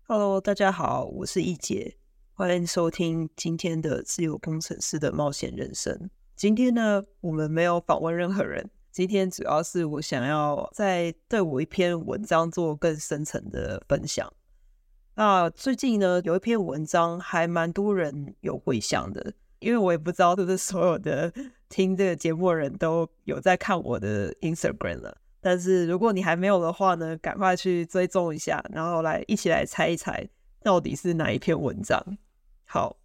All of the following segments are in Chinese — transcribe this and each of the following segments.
Hello，大家好，我是易杰，欢迎收听今天的自由工程师的冒险人生。今天呢，我们没有访问任何人，今天主要是我想要再对我一篇文章做更深层的分享。那最近呢，有一篇文章还蛮多人有回响的，因为我也不知道是不是所有的听这个节目的人都有在看我的 Instagram 了。但是如果你还没有的话呢，赶快去追踪一下，然后一起来猜一猜到底是哪一篇文章。好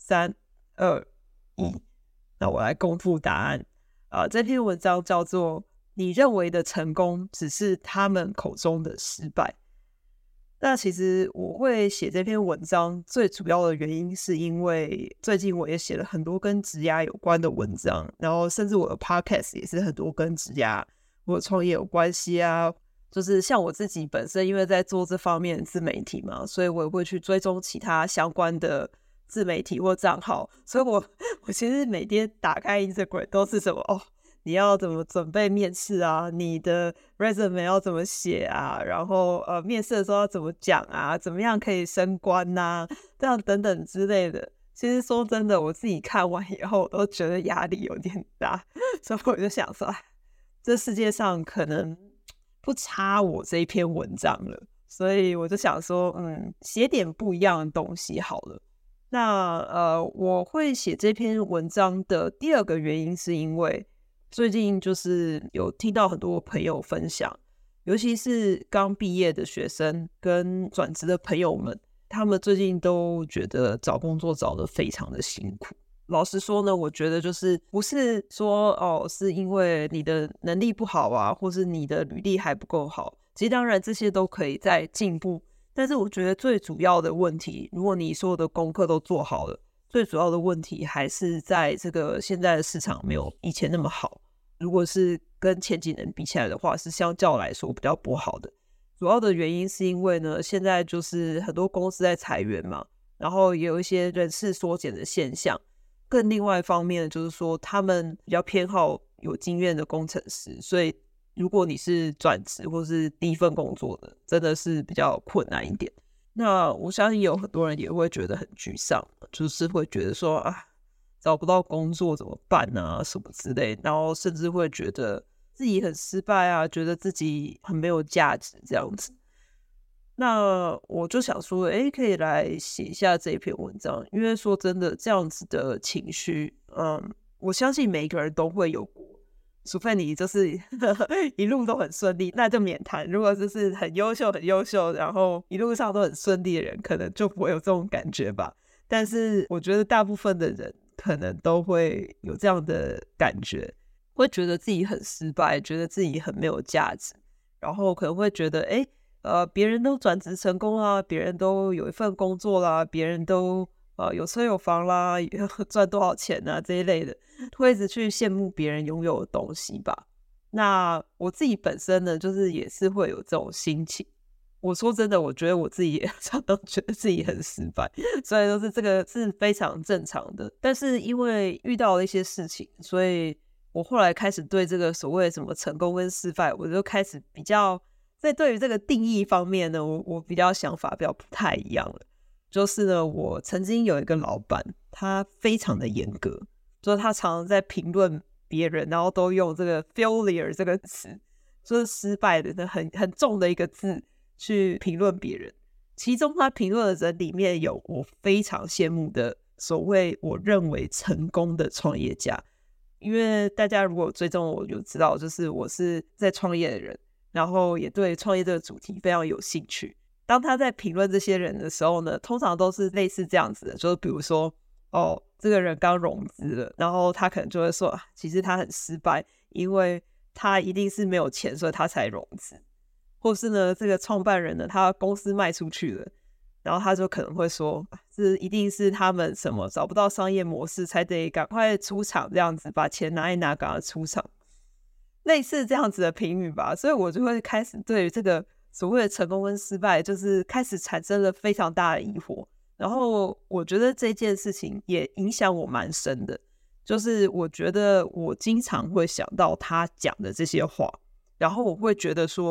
，3、2、1，那我来公布答案。这篇文章叫做你认为的成功只是他们口中的失败。那其实我会写这篇文章最主要的原因是因为最近我也写了很多跟职涯有关的文章，然后甚至我的 podcast 也是很多跟职涯我创业有关系啊。就是像我自己本身因为在做这方面的自媒体嘛，所以我也会去追踪其他相关的自媒体或账号，所以我其实每天打开 Instagram 都是什么你要怎么准备面试啊，你的 resume 要怎么写啊，然后面试的时候要怎么讲啊，怎么样可以升官啊，这样等等之类的。其实说真的，我自己看完以后我都觉得压力有点大，所以我就想说这世界上可能不差我这一篇文章了，所以我就想说写点不一样的东西好了。那我会写这篇文章的第二个原因是因为最近就是有听到很多朋友分享，尤其是刚毕业的学生跟转职的朋友们，他们最近都觉得找工作找得非常的辛苦。老实说呢，我觉得就是不是说是因为你的能力不好啊，或是你的履历还不够好，其实当然这些都可以再进步，但是我觉得最主要的问题，如果你所有的功课都做好了，最主要的问题还是在这个现在的市场没有以前那么好。如果是跟前几年比起来的话，是相较来说比较不好的。主要的原因是因为呢，现在就是很多公司在裁员嘛，然后也有一些人事缩减的现象。更另外一方面就是说，他们比较偏好有经验的工程师，所以如果你是转职或是第一份工作的，真的是比较困难一点。那我相信有很多人也会觉得很沮丧，就是会觉得说找不到工作怎么办啊什么之类，然后甚至会觉得自己很失败啊，觉得自己很没有价值这样子。那我就想说可以来写一下这篇文章，因为说真的这样子的情绪我相信每一个人都会有过，除非你就是一路都很顺利，那就免谈。如果就是很优秀很优秀，然后一路上都很顺利的人，可能就不会有这种感觉吧。但是我觉得大部分的人可能都会有这样的感觉，会觉得自己很失败，觉得自己很没有价值，然后可能会觉得别人都转职成功啦，别人都有一份工作啦，别人都有车有房啦，赚多少钱啊这一类的，会一直去羡慕别人拥有的东西吧。那我自己本身呢，就是也是会有这种心情。我说真的，我觉得我自己也常常觉得自己很失败，所以就是这个是非常正常的。但是因为遇到了一些事情，所以我后来开始对这个所谓什么成功跟失败，我就开始比较在对于这个定义方面呢，我比较想法比较不太一样了。就是呢，我曾经有一个老板，他非常的严格，就是他常常在评论别人，然后都用这个 failure 这个词，就是失败的很重的一个字去评论别人。其中他评论的人里面有我非常羡慕的所谓我认为成功的创业家。因为大家如果追踪我就知道，就是我是在创业的人，然后也对创业这个主题非常有兴趣。当他在评论这些人的时候呢，通常都是类似这样子的，就是比如说这个人刚融资了，然后他可能就会说其实他很失败，因为他一定是没有钱，所以他才融资。或是呢，这个创办人呢，他公司卖出去了，然后他就可能会说这一定是他们什么找不到商业模式，才得赶快出场，这样子把钱拿一拿赶快出场，类似这样子的评语吧。所以我就会开始对于这个所谓的成功跟失败，就是开始产生了非常大的疑惑。然后我觉得这件事情也影响我蛮深的，就是我觉得我经常会想到他讲的这些话，然后我会觉得说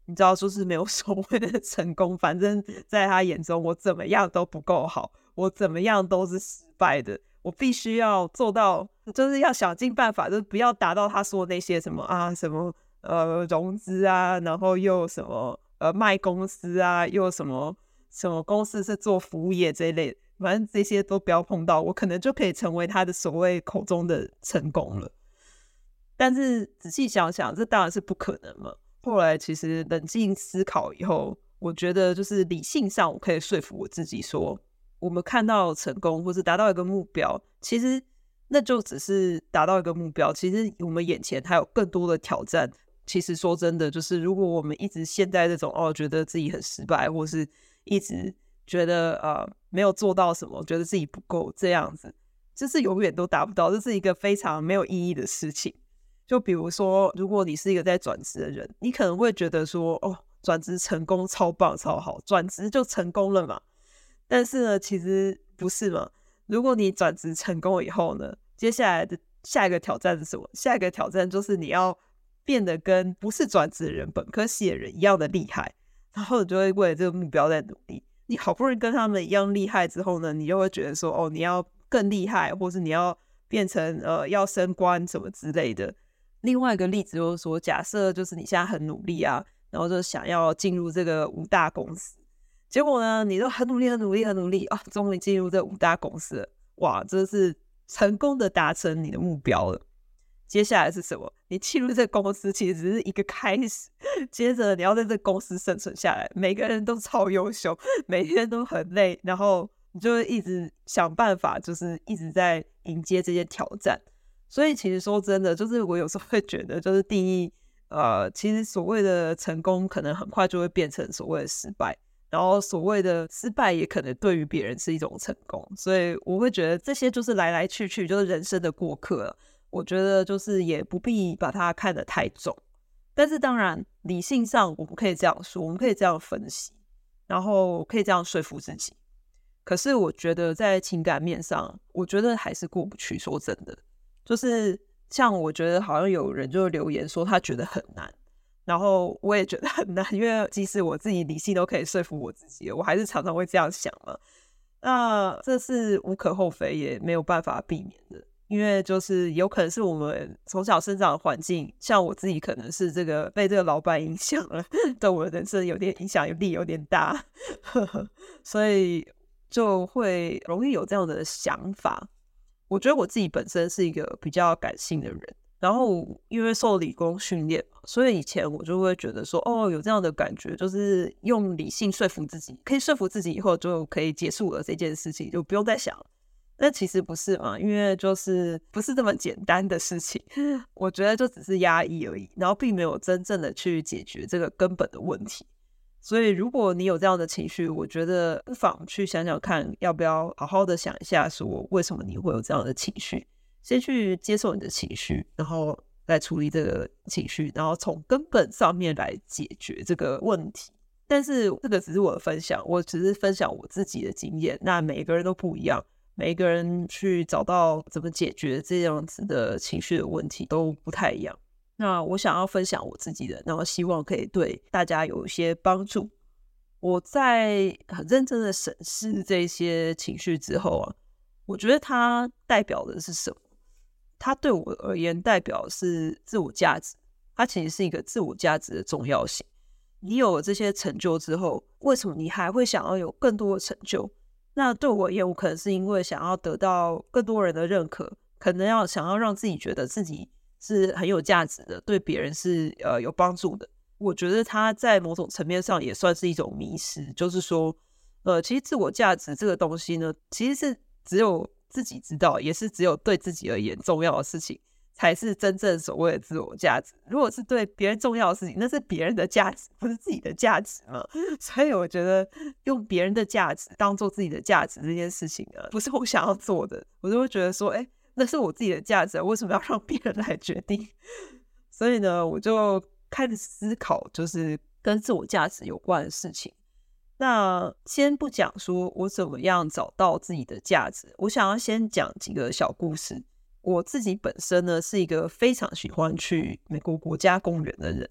你知道，就是没有所谓的成功，反正在他眼中我怎么样都不够好，我怎么样都是失败的，我必须要做到，就是要想尽办法，就是不要达到他说的那些什么啊什么融资啊，然后又什么卖公司啊，又什么公司是做服务业这一类的，反正这些都不要碰到，我可能就可以成为他的所谓口中的成功了。但是仔细想想，这当然是不可能嘛。后来其实冷静思考以后，我觉得就是理性上我可以说服我自己说，我们看到成功或是达到一个目标，其实那就只是达到一个目标，其实我们眼前还有更多的挑战。其实说真的，就是如果我们一直陷在这种觉得自己很失败，或是一直觉得没有做到什么，觉得自己不够这样子，就是永远都达不到，这是一个非常没有意义的事情。就比如说，如果你是一个在转职的人，你可能会觉得说，转职成功超棒超好，转职就成功了嘛。但是呢，其实不是嘛。如果你转职成功以后呢，接下来的下一个挑战是什么？下一个挑战就是你要变得跟不是转职的人、本科系的人一样的厉害，然后你就会为了这个目标在努力。你好不容易跟他们一样厉害之后呢，你就会觉得说，你要更厉害，或是你要变成要升官什么之类的。另外一个例子就是说，假设就是你现在很努力啊，然后就想要进入这个5大公司，结果呢，你都很努力啊，终于进入这5大公司了，哇，这是成功的达成你的目标了。接下来是什么？你进入这个公司其实只是一个开始，接着你要在这个公司生存下来，每个人都超优秀，每天都很累，然后你就会一直想办法，就是一直在迎接这些挑战。所以其实说真的，就是我有时候会觉得，就是定义其实所谓的成功可能很快就会变成所谓的失败，然后所谓的失败也可能对于别人是一种成功。所以我会觉得这些就是来来去去，就是人生的过客了。我觉得就是也不必把它看得太重。但是当然理性上我们可以这样说，我们可以这样分析，然后可以这样说服自己。可是我觉得在情感面上，我觉得还是过不去。说真的，就是像我觉得好像有人就留言说他觉得很难，然后我也觉得很难，因为即使我自己理性都可以说服我自己，我还是常常会这样想嘛。那这是无可厚非，也没有办法避免的。因为就是有可能是我们从小生长的环境，像我自己可能是被这个老板影响了，对我的人生有点影响力有点大所以就会容易有这样的想法。我觉得我自己本身是一个比较感性的人，然后因为受理工训练嘛，所以以前我就会觉得说，有这样的感觉，就是用理性说服自己，可以说服自己以后就可以结束了这件事情，就不用再想了。但其实不是嘛，因为就是不是这么简单的事情我觉得就只是压抑而已，然后并没有真正的去解决这个根本的问题。所以如果你有这样的情绪，我觉得不妨去想想看，要不要好好的想一下说为什么你会有这样的情绪，先去接受你的情绪，然后来处理这个情绪，然后从根本上面来解决这个问题。但是这个只是我的分享，我只是分享我自己的经验，那每个人都不一样，每一个人去找到怎么解决这样子的情绪的问题都不太一样。那我想要分享我自己的，然后希望可以对大家有一些帮助。我在很认真的审视这些情绪之后啊，我觉得它代表的是什么？它对我而言代表的是自我价值，它其实是一个自我价值的重要性。你有了这些成就之后，为什么你还会想要有更多的成就？那对我而言，我可能是因为想要得到更多人的认可，可能想要让自己觉得自己是很有价值的，对别人是有帮助的。我觉得它在某种层面上也算是一种迷失，就是说其实自我价值这个东西呢，其实是只有自己知道，也是只有对自己而言重要的事情才是真正所谓的自我价值。如果是对别人重要的事情，那是别人的价值，不是自己的价值嘛。所以我觉得用别人的价值当做自己的价值这件事情啊，不是我想要做的。我就会觉得说那是我自己的价值，为什么要让别人来决定？所以呢，我就开始思考就是跟自我价值有关的事情。那先不讲说我怎么样找到自己的价值，我想要先讲几个小故事。我自己本身呢是一个非常喜欢去美国国家公园的人，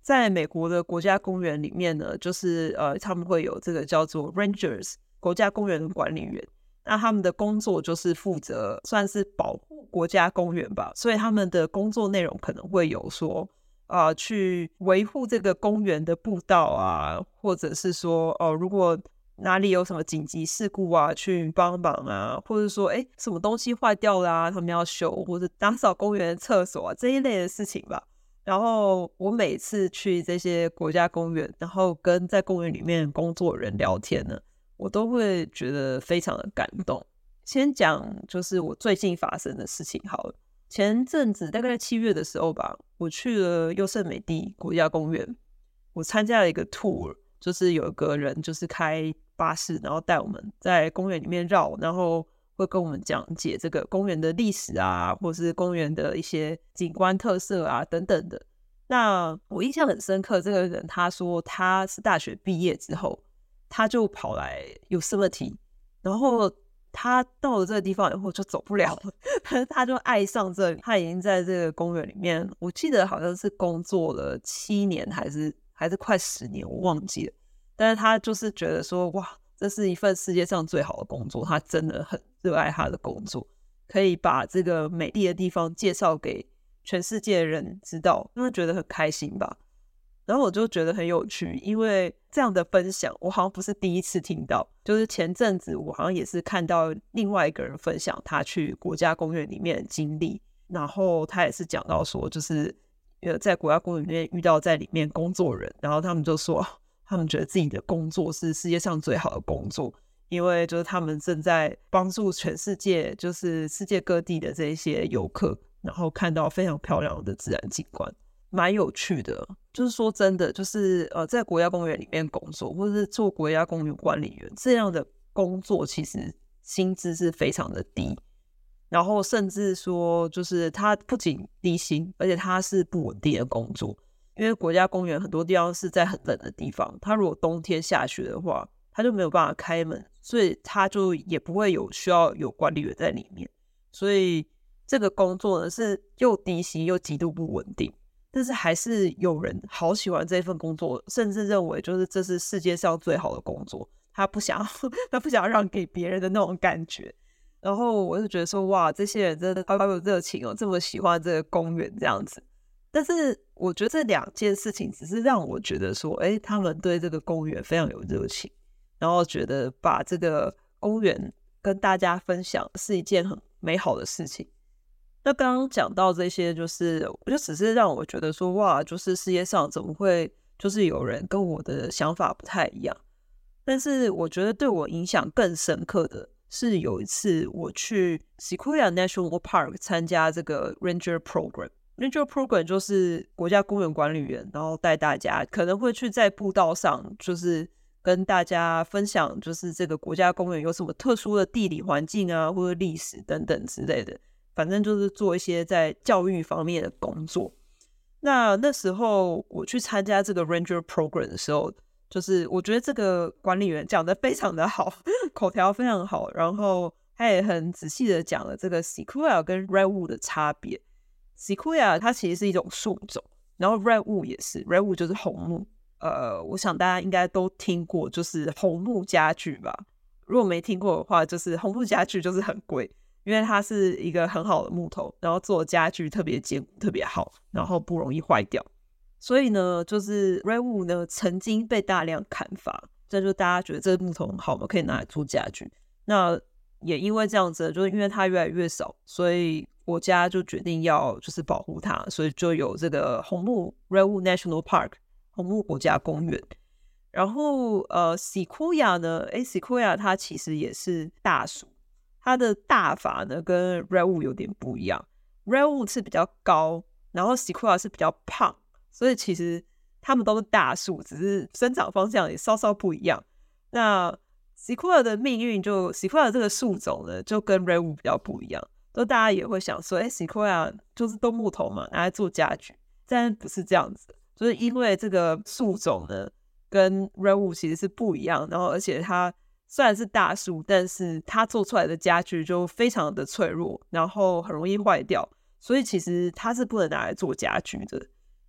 在美国的国家公园里面呢，就是他们会有这个叫做 Rangers 国家公园的管理员，那他们的工作就是负责算是保护国家公园吧，所以他们的工作内容可能会有说去维护这个公园的步道啊，或者是说如果哪里有什么紧急事故啊，去帮忙啊，或者说什么东西坏掉啦，他们要修，或者打扫公园的厕所啊，这一类的事情吧。然后我每次去这些国家公园，然后跟在公园里面工作人聊天呢，我都会觉得非常的感动。先讲就是我最近发生的事情好了。前阵子大概7月的时候吧，我去了优胜美地国家公园，我参加了一个 tour， 就是有一个人就是开巴士，然后带我们在公园里面绕，然后会跟我们讲解这个公园的历史啊，或是公园的一些景观特色啊等等的。那我印象很深刻，这个人他说他是大学毕业之后，他就跑来Yosemite，然后他到了这个地方以后就走不了了，他就爱上这里。他已经在这个公园里面，我记得好像是工作了7年还是快10年，我忘记了。但是他就是觉得说，哇，这是一份世界上最好的工作，他真的很热爱他的工作，可以把这个美丽的地方介绍给全世界的人知道，因为觉得很开心吧。然后我就觉得很有趣，因为这样的分享我好像不是第一次听到，就是前阵子我好像也是看到另外一个人分享他去国家公园里面的经历，然后他也是讲到说，就是在国家公园里面遇到在里面工作人，然后他们就说他们觉得自己的工作是世界上最好的工作，因为就是他们正在帮助全世界，就是世界各地的这一些游客，然后看到非常漂亮的自然景观，蛮有趣的。就是说真的，就是在国家公园里面工作，或者是做国家公园管理员这样的工作，其实薪资是非常的低，然后甚至说就是它不仅低薪，而且它是不稳定的工作。因为国家公园很多地方是在很冷的地方，它如果冬天下雪的话，它就没有办法开门，所以它就也不会需要有管理员在里面。所以这个工作呢是又低薪又极度不稳定，但是还是有人好喜欢这份工作，甚至认为就是这是世界上最好的工作，他不想要让给别人的那种感觉。然后我就觉得说，哇，这些人真的好有热情哦，这么喜欢这个公园这样子。但是我觉得这2件事情只是让我觉得说，他们对这个公园非常有热情，然后觉得把这个公园跟大家分享是一件很美好的事情。那刚刚讲到这些，就是我就只是让我觉得说，哇，就是世界上怎么会就是有人跟我的想法不太一样。但是我觉得对我影响更深刻的是有一次我去 Sequoia National Park 参加这个 Ranger Program。Ranger Program 就是国家公园管理员，然后带大家可能会去在步道上，就是跟大家分享，就是这个国家公园有什么特殊的地理环境啊，或者历史等等之类的，反正就是做一些在教育方面的工作。那时候我去参加这个 Ranger Program 的时候，就是我觉得这个管理员讲得非常的好，口条非常好，然后他也很仔细的讲了这个 Sequoia 跟 Redwood 的差别。Sequoia 它其实是一种树种，然后 Redwood 也是， Redwood 就是红木。我想大家应该都听过，就是红木家具吧。如果没听过的话，就是红木家具就是很贵，因为它是一个很好的木头，然后做家具特别坚固特别好，然后不容易坏掉。所以呢，就是 Redwood 呢曾经被大量砍伐，这就大家觉得这个木头很好嘛，可以拿来做家具。那也因为这样子，就是因为它越来越少，所以国家就决定要就是保护它，所以就有这个红木 Redwood National Park 红木国家公园。然后Sequoia 呢，Sequoia 它其实也是大树，它的大法呢跟 Redwood 有点不一样。Redwood 是比较高，然后 Sequoia 是比较胖，所以其实它们都是大树，只是生长方向也稍稍不一样。那Sequoia 的命运Sequoia 这个树种呢就跟 Redwood 比较不一样，就大家也会想说Sequoia 就是都木头嘛，拿来做家具，但不是这样子的，就是因为这个树种呢跟 Redwood 其实是不一样，然后而且它虽然是大树，但是它做出来的家具就非常的脆弱，然后很容易坏掉，所以其实它是不能拿来做家具的。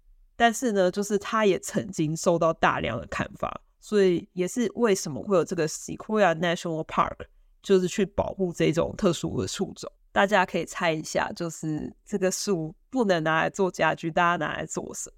但是呢，就是他也曾经受到大量的砍伐，所以也是为什么会有这个 Sequoia National Park， 就是去保护这种特殊的树种。大家可以猜一下，就是这个树不能拿来做家具，大家拿来做什么？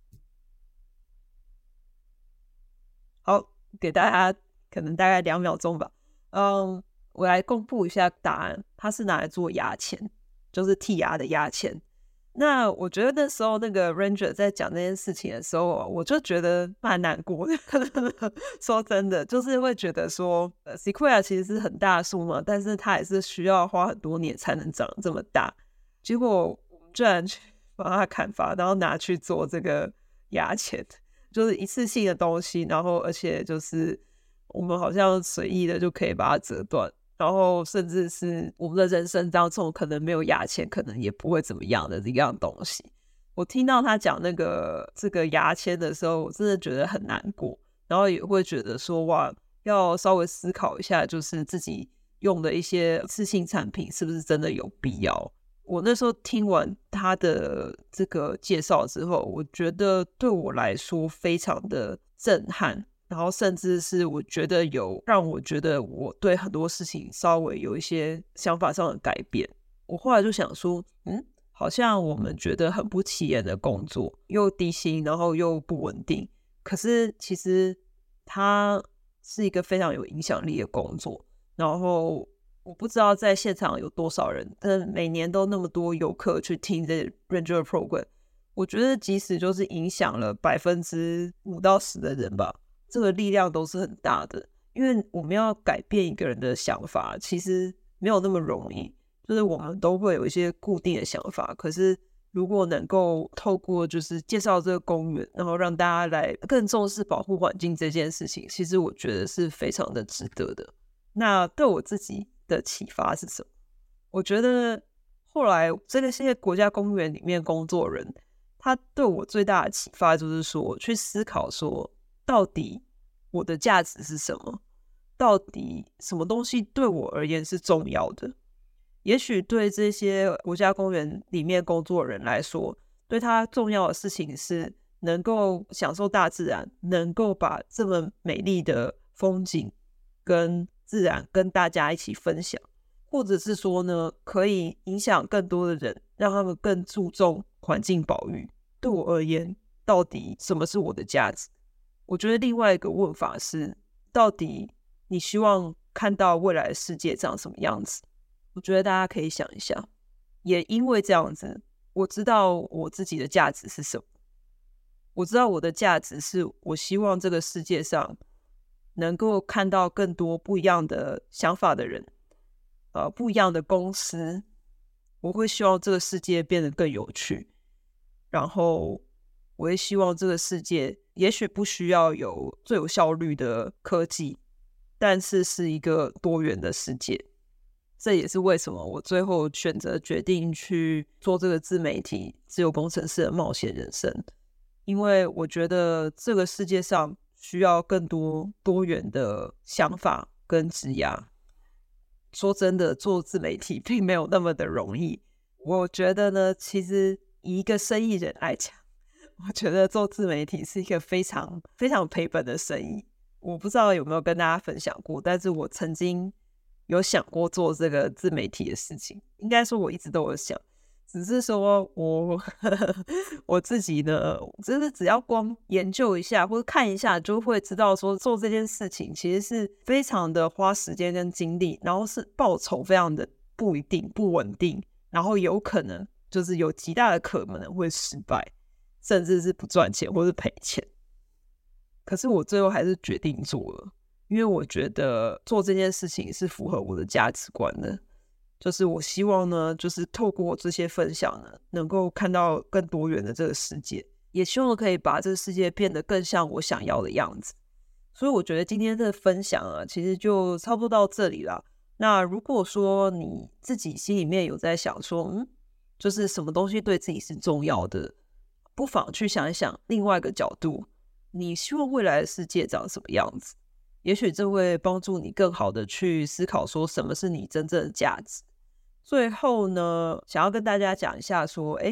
好，给大家可能大概2秒钟吧。我来公布一下答案，它是拿来做牙签，就是剔牙的牙签。那我觉得那时候那个 Ranger 在讲这件事情的时候，我就觉得蛮难过的。说真的，就是会觉得说Sequoia 其实是很大的树嘛，但是它也是需要花很多年才能长这么大。结果我们居然去把它砍伐，然后拿去做这个牙签，就是一次性的东西，然后而且就是我们好像随意的就可以把它折断。然后甚至是我们的人生当中可能没有牙签，可能也不会怎么样的一样东西。我听到他讲这个牙签的时候，我真的觉得很难过，然后也会觉得说哇，要稍微思考一下，就是自己用的一些次性产品是不是真的有必要。我那时候听完他的这个介绍之后，我觉得对我来说非常的震撼，然后甚至是我觉得有让我觉得我对很多事情稍微有一些想法上的改变。我后来就想说好像我们觉得很不起眼的工作，又低薪然后又不稳定，可是其实它是一个非常有影响力的工作。然后我不知道在现场有多少人，但每年都那么多游客去听这 Ranger Program， 我觉得即使就是影响了5%到10%的人吧，这个力量都是很大的。因为我们要改变一个人的想法其实没有那么容易，就是我们都会有一些固定的想法，可是如果能够透过就是介绍这个公园，然后让大家来更重视保护环境这件事情，其实我觉得是非常的值得的。那对我自己的启发是什么？我觉得后来这些国家公园里面工作人，他对我最大的启发就是说，去思考说到底我的价值是什么，到底什么东西对我而言是重要的。也许对这些国家公园里面工作的人来说，对他重要的事情是能够享受大自然，能够把这么美丽的风景跟自然跟大家一起分享，或者是说呢，可以影响更多的人，让他们更注重环境保育。对我而言，到底什么是我的价值？我觉得另外一个问法是，到底你希望看到未来的世界长什么样子？我觉得大家可以想一下。也因为这样子，我知道我自己的价值是什么。我知道我的价值是我希望这个世界上能够看到更多不一样的想法的人，不一样的公司。我会希望这个世界变得更有趣，然后我也希望这个世界也许不需要有最有效率的科技，但是是一个多元的世界。这也是为什么我最后选择决定去做这个自媒体自由工程师的冒险人生，因为我觉得这个世界上需要更多多元的想法跟职涯。说真的，做自媒体并没有那么的容易。我觉得呢，其实以一个生意人来讲，我觉得做自媒体是一个非常非常赔本的生意。我不知道有没有跟大家分享过，但是我曾经有想过做这个自媒体的事情。应该说我一直都有想，只是说我自己呢，真的只要光研究一下或者看一下，就会知道说做这件事情其实是非常的花时间跟精力，然后是报酬非常的不一定不稳定，然后有可能就是有极大的可能会失败，甚至是不赚钱或是赔钱。可是我最后还是决定做了，因为我觉得做这件事情是符合我的价值观的。就是我希望呢，就是透过这些分享呢，能够看到更多元的这个世界，也希望可以把这个世界变得更像我想要的样子。所以我觉得今天的分享啊，其实就差不多到这里啦。那如果说你自己心里面有在想说，就是什么东西对自己是重要的，不妨去想一想另外一个角度，你希望未来的世界长什么样子？也许这会帮助你更好的去思考说什么是你真正的价值。最后呢，想要跟大家讲一下说，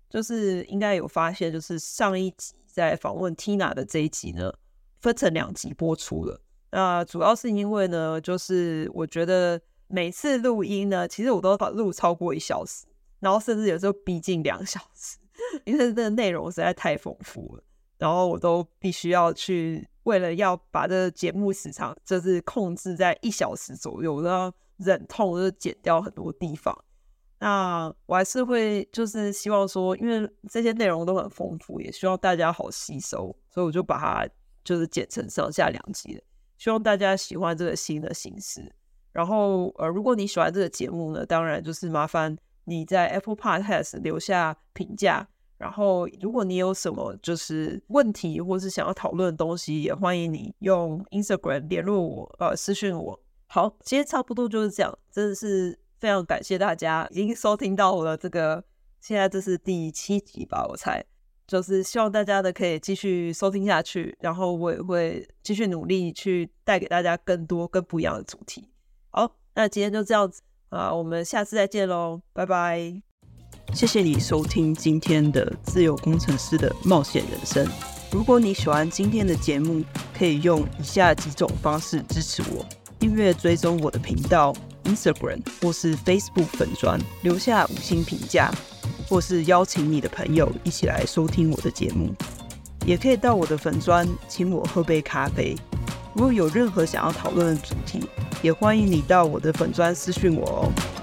就是应该有发现，就是上一集在访问 Tina 的这一集呢，分成2集播出了。那主要是因为呢，就是我觉得每次录音呢，其实我都录超过1小时，然后甚至有时候逼近2小时，因为这个内容实在太丰富了，然后我都必须要去为了要把这个节目时长就是控制在1小时左右，然后忍痛就是剪掉很多地方。那我还是会就是希望说，因为这些内容都很丰富，也希望大家好吸收，所以我就把它就是剪成上下2集了，希望大家喜欢这个新的形式。然后如果你喜欢这个节目呢，当然就是麻烦你在 Apple Podcast 留下评价，然后如果你有什么就是问题或是想要讨论的东西，也欢迎你用 Instagram 联络我私讯我。好，今天差不多就是这样，真的是非常感谢大家已经收听到我的这个，现在这是第7集吧，我猜，就是希望大家的可以继续收听下去，然后我也会继续努力去带给大家更多更不一样的主题。好，那今天就这样子我们下次再见咯，拜拜。谢谢你收听今天的自由工程师的冒险人生。如果你喜欢今天的节目，可以用以下几种方式支持我：订阅追踪我的频道 Instagram 或是 Facebook 粉专，留下5星评价，或是邀请你的朋友一起来收听我的节目。也可以到我的粉专请我喝杯咖啡。如果有任何想要讨论的主题，也欢迎你到我的粉专私讯我哦。